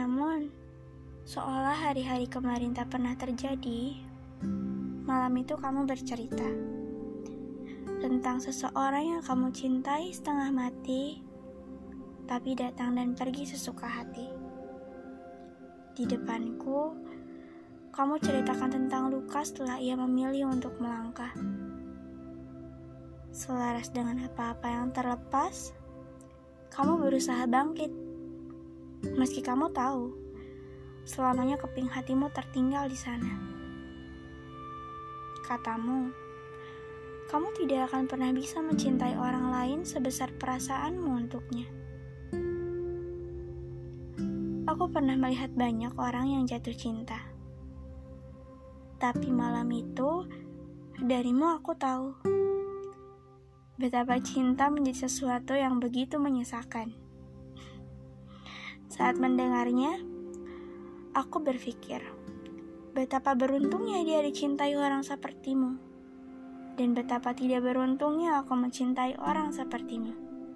Namun, seolah hari-hari kemarin tak pernah terjadi, malam itu kamu bercerita tentang seseorang yang kamu cintai setengah mati, tapi datang dan pergi sesuka hati. Di depanku, kamu ceritakan tentang luka setelah ia memilih untuk melangkah. Selaras dengan apa-apa yang terlepas, kamu berusaha bangkit. Meski kamu tahu, selamanya keping hatimu tertinggal di sana. Katamu, kamu tidak akan pernah bisa mencintai orang lain sebesar perasaanmu untuknya. Aku pernah melihat banyak orang yang jatuh cinta. Tapi malam itu, darimu aku tahu betapa cinta menjadi sesuatu yang begitu menyesakan. Saat mendengarnya, aku berpikir, betapa beruntungnya dia dicintai orang sepertimu, dan betapa tidak beruntungnya aku mencintai orang sepertimu.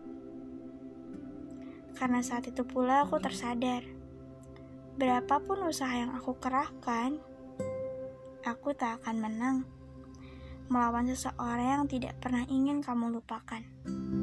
Karena saat itu pula aku tersadar, berapapun usaha yang aku kerahkan, aku tak akan menang melawan seseorang yang tidak pernah ingin kamu lupakan.